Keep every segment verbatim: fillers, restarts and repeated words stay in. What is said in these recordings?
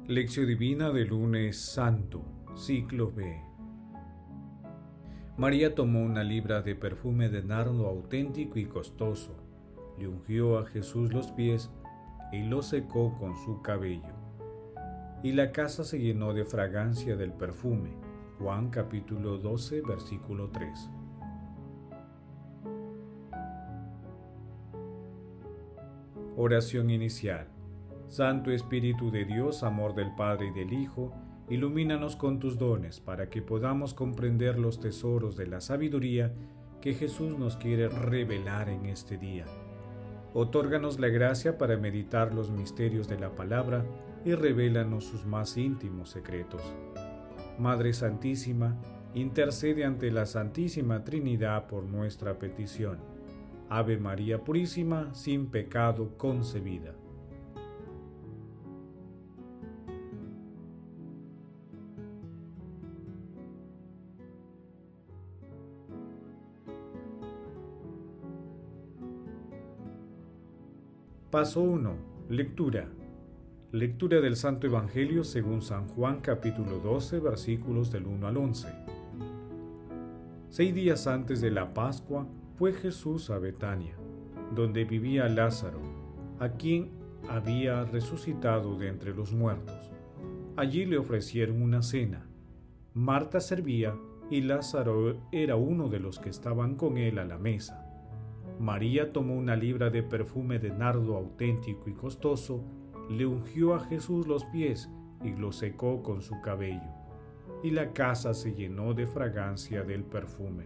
Lección Divina del Lunes Santo, Ciclo B. María tomó una libra de perfume de nardo auténtico y costoso, le ungió a Jesús los pies y los secó con su cabello. Y la casa se llenó de fragancia del perfume. Juan capítulo doce, versículo tres. Oración inicial. Santo Espíritu de Dios, amor del Padre y del Hijo, ilumínanos con tus dones para que podamos comprender los tesoros de la sabiduría que Jesús nos quiere revelar en este día. Otórganos la gracia para meditar los misterios de la palabra y revélanos sus más íntimos secretos. Madre Santísima, intercede ante la Santísima Trinidad por nuestra petición. Ave María Purísima, sin pecado concebida. Paso uno. Lectura. Lectura del Santo Evangelio según San Juan capítulo doce, versículos del uno al once. Seis días antes de la Pascua fue Jesús a Betania, donde vivía Lázaro, a quien había resucitado de entre los muertos. Allí le ofrecieron una cena. Marta servía y Lázaro era uno de los que estaban con él a la mesa. María tomó una libra de perfume de nardo auténtico y costoso, le ungió a Jesús los pies y lo secó con su cabello, y la casa se llenó de fragancia del perfume.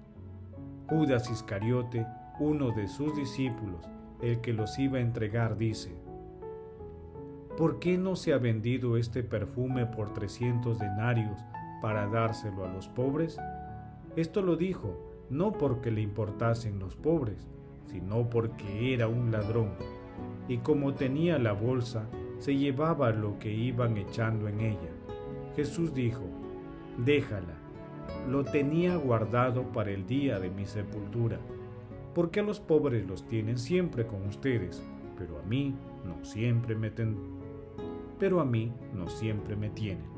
Judas Iscariote, uno de sus discípulos, el que los iba a entregar, dice: ¿Por qué no se ha vendido este perfume por trescientos denarios para dárselo a los pobres? Esto lo dijo no porque le importasen los pobres, sino porque era un ladrón, y como tenía la bolsa, se llevaba lo que iban echando en ella. Jesús dijo: déjala, lo tenía guardado para el día de mi sepultura, porque a los pobres los tienen siempre con ustedes, pero a mí no siempre me ten... pero a mí no siempre me tienen.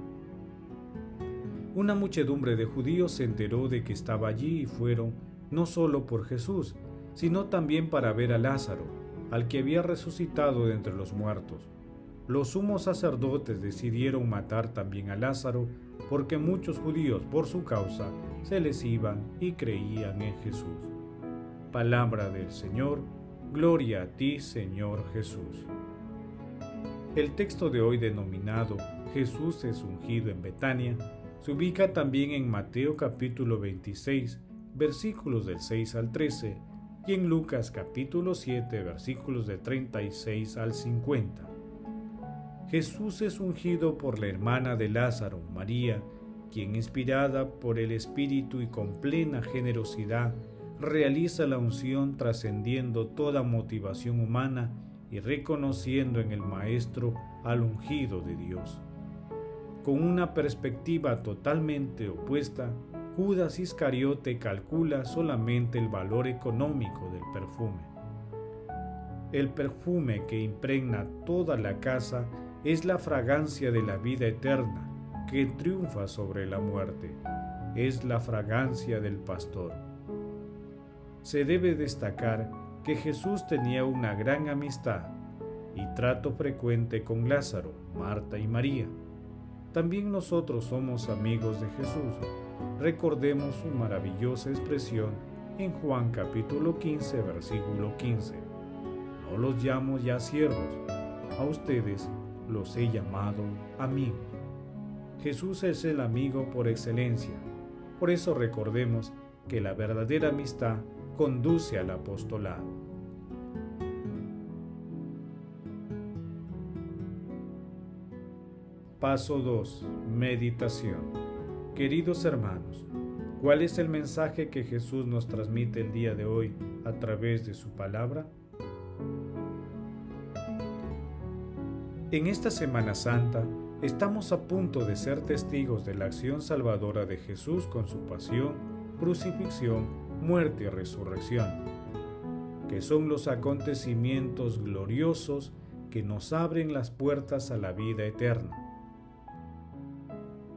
Una muchedumbre de judíos se enteró de que estaba allí y fueron no solo por Jesús, sino también para ver a Lázaro, al que había resucitado de entre los muertos. Los sumos sacerdotes decidieron matar también a Lázaro, porque muchos judíos por su causa se les iban y creían en Jesús. Palabra del Señor, gloria a ti, Señor Jesús. El texto de hoy, denominado Jesús es ungido en Betania, se ubica también en Mateo capítulo veintiséis, versículos del seis al trece, y en Lucas capítulo siete, versículos de treinta y seis al cincuenta. Jesús es ungido por la hermana de Lázaro, María, quien, inspirada por el Espíritu y con plena generosidad, realiza la unción trascendiendo toda motivación humana y reconociendo en el Maestro al ungido de Dios. Con una perspectiva totalmente opuesta, Judas Iscariote calcula solamente el valor económico del perfume. El perfume que impregna toda la casa es la fragancia de la vida eterna que triunfa sobre la muerte. Es la fragancia del pastor. Se debe destacar que Jesús tenía una gran amistad y trato frecuente con Lázaro, Marta y María. También nosotros somos amigos de Jesús. Recordemos su maravillosa expresión en Juan capítulo quince, versículo quince. No los llamo ya siervos, a ustedes los he llamado amigos. Jesús es el amigo por excelencia. Por eso recordemos que la verdadera amistad conduce al apostolado. Paso dos. Meditación. Queridos hermanos, ¿cuál es el mensaje que Jesús nos transmite el día de hoy a través de su palabra? En esta Semana Santa estamos a punto de ser testigos de la acción salvadora de Jesús con su pasión, crucifixión, muerte y resurrección, que son los acontecimientos gloriosos que nos abren las puertas a la vida eterna.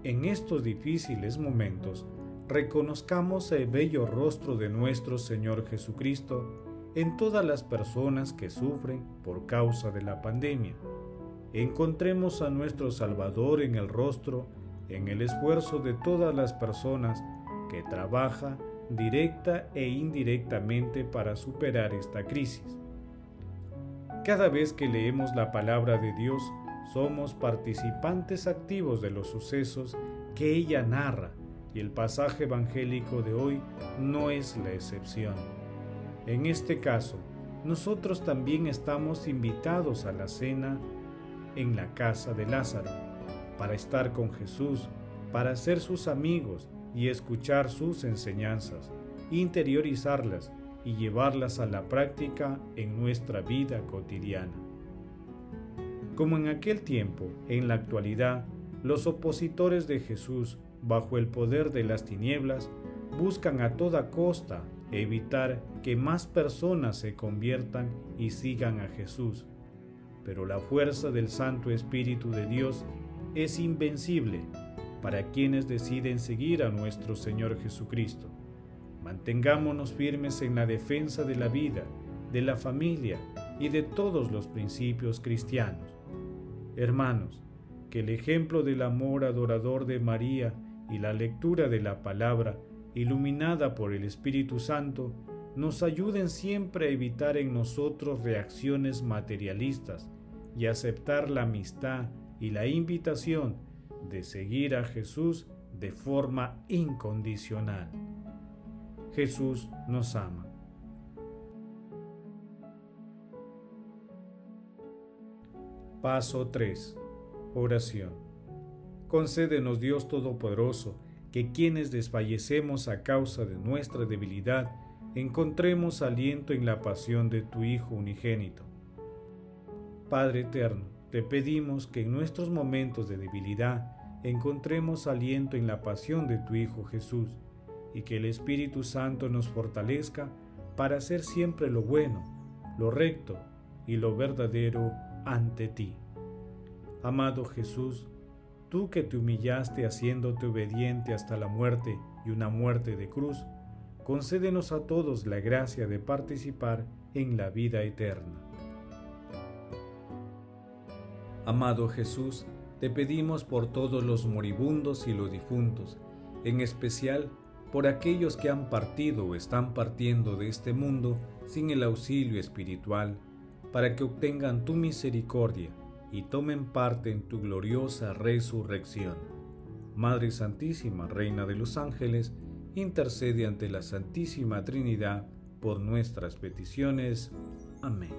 en estos difíciles momentos reconozcamos el bello rostro de nuestro Señor Jesucristo en todas las personas que sufren por causa de la pandemia. Encontremos a nuestro Salvador en el rostro, en el esfuerzo de todas las personas que trabajan directa e indirectamente para superar esta crisis. Cada vez que leemos la palabra de Dios, somos participantes activos de los sucesos que ella narra, y el pasaje evangélico de hoy no es la excepción. En este caso, nosotros también estamos invitados a la cena en la casa de Lázaro, para estar con Jesús, para ser sus amigos y escuchar sus enseñanzas, interiorizarlas y llevarlas a la práctica en nuestra vida cotidiana. Como en aquel tiempo, en la actualidad, los opositores de Jesús, bajo el poder de las tinieblas, buscan a toda costa evitar que más personas se conviertan y sigan a Jesús. Pero la fuerza del Santo Espíritu de Dios es invencible para quienes deciden seguir a nuestro Señor Jesucristo. Mantengámonos firmes en la defensa de la vida, de la familia y de todos los principios cristianos. Hermanos, que el ejemplo del amor adorador de María y la lectura de la palabra, iluminada por el Espíritu Santo, nos ayuden siempre a evitar en nosotros reacciones materialistas y aceptar la amistad y la invitación de seguir a Jesús de forma incondicional. Jesús nos ama. Paso tres. Oración. Concédenos, Dios Todopoderoso, que quienes desfallecemos a causa de nuestra debilidad, encontremos aliento en la pasión de tu Hijo unigénito. Padre eterno, te pedimos que en nuestros momentos de debilidad encontremos aliento en la pasión de tu Hijo Jesús, y que el Espíritu Santo nos fortalezca para hacer siempre lo bueno, lo recto y lo verdadero ante ti. Amado Jesús, tú que te humillaste haciéndote obediente hasta la muerte y una muerte de cruz, concédenos a todos la gracia de participar en la vida eterna. Amado Jesús, te pedimos por todos los moribundos y los difuntos, en especial por aquellos que han partido o están partiendo de este mundo sin el auxilio espiritual, para que obtengan tu misericordia y tomen parte en tu gloriosa resurrección. Madre Santísima, Reina de los Ángeles, intercede ante la Santísima Trinidad por nuestras peticiones. Amén.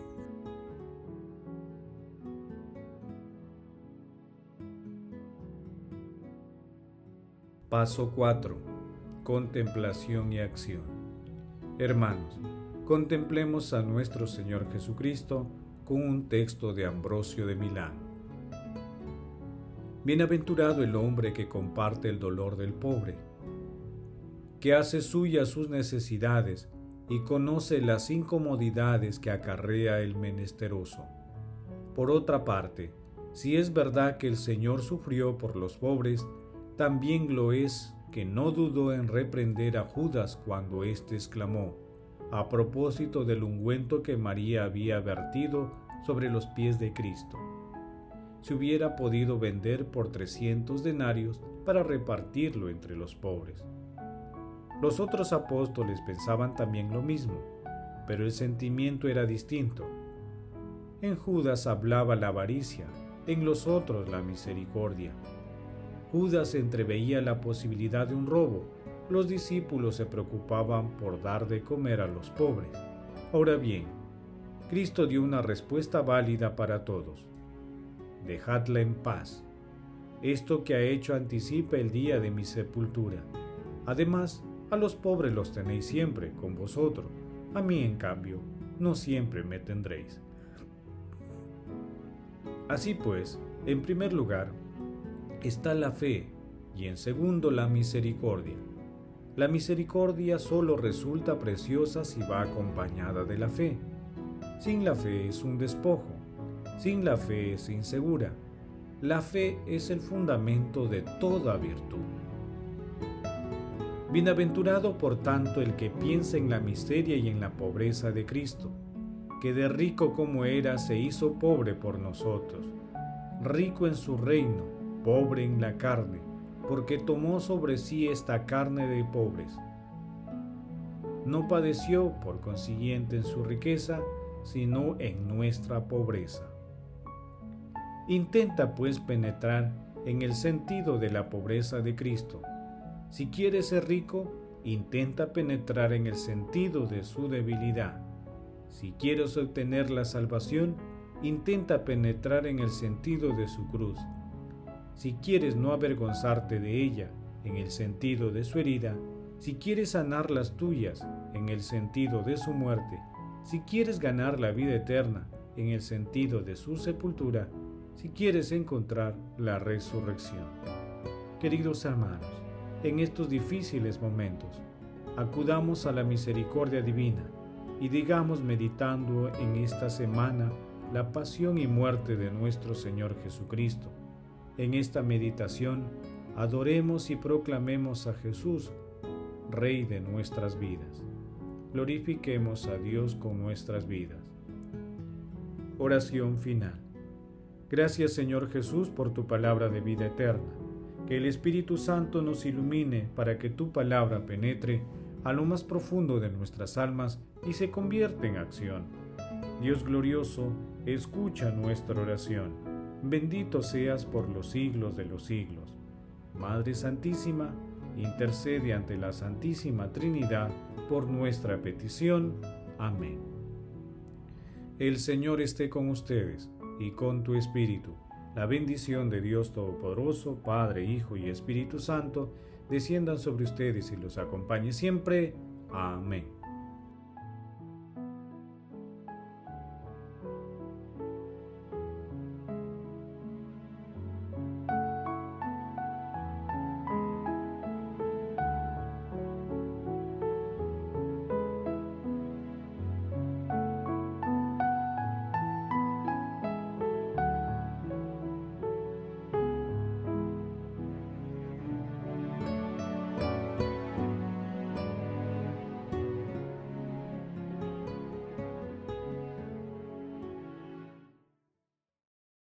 Paso cuatro. Contemplación y acción. Hermanos, contemplemos a nuestro Señor Jesucristo con un texto de Ambrosio de Milán. Bienaventurado el hombre que comparte el dolor del pobre, que hace suyas sus necesidades y conoce las incomodidades que acarrea el menesteroso. Por otra parte, si es verdad que el Señor sufrió por los pobres, también lo es que no dudó en reprender a Judas cuando éste exclamó, a propósito del ungüento que María había vertido sobre los pies de Cristo: se hubiera podido vender por trescientos denarios para repartirlo entre los pobres. Los otros apóstoles pensaban también lo mismo, pero el sentimiento era distinto. En Judas hablaba la avaricia, en los otros la misericordia. Judas entreveía la posibilidad de un robo, los discípulos se preocupaban por dar de comer a los pobres. Ahora bien, Cristo dio una respuesta válida para todos: dejadla en paz. Esto que ha hecho anticipa el día de mi sepultura. Además, a los pobres los tenéis siempre con vosotros, a mí en cambio no siempre me tendréis. Así pues, en primer lugar está la fe y en segundo la misericordia. La misericordia solo resulta preciosa si va acompañada de la fe. Sin la fe es un despojo, sin la fe es insegura. La fe es el fundamento de toda virtud. Bienaventurado por tanto el que piensa en la miseria y en la pobreza de Cristo, que de rico como era se hizo pobre por nosotros, rico en su reino, pobre en la carne, porque tomó sobre sí esta carne de pobres. No padeció, por consiguiente, en su riqueza, sino en nuestra pobreza. Intenta, pues, penetrar en el sentido de la pobreza de Cristo. Si quieres ser rico, intenta penetrar en el sentido de su debilidad. Si quieres obtener la salvación, intenta penetrar en el sentido de su cruz. Si quieres no avergonzarte de ella, en el sentido de su herida, si quieres sanar las tuyas, en el sentido de su muerte, si quieres ganar la vida eterna, en el sentido de su sepultura, si quieres encontrar la resurrección. Queridos hermanos, en estos difíciles momentos, acudamos a la misericordia divina y digamos meditando en esta semana la pasión y muerte de nuestro Señor Jesucristo. En esta meditación, adoremos y proclamemos a Jesús, Rey de nuestras vidas. Glorifiquemos a Dios con nuestras vidas. Oración final. Gracias, Señor Jesús, por tu palabra de vida eterna. Que el Espíritu Santo nos ilumine para que tu palabra penetre a lo más profundo de nuestras almas y se convierta en acción. Dios glorioso, escucha nuestra oración. Bendito seas por los siglos de los siglos. Madre Santísima, intercede ante la Santísima Trinidad por nuestra petición. Amén. El Señor esté con ustedes y con tu espíritu. La bendición de Dios Todopoderoso, Padre, Hijo y Espíritu Santo, desciendan sobre ustedes y los acompañe siempre. Amén.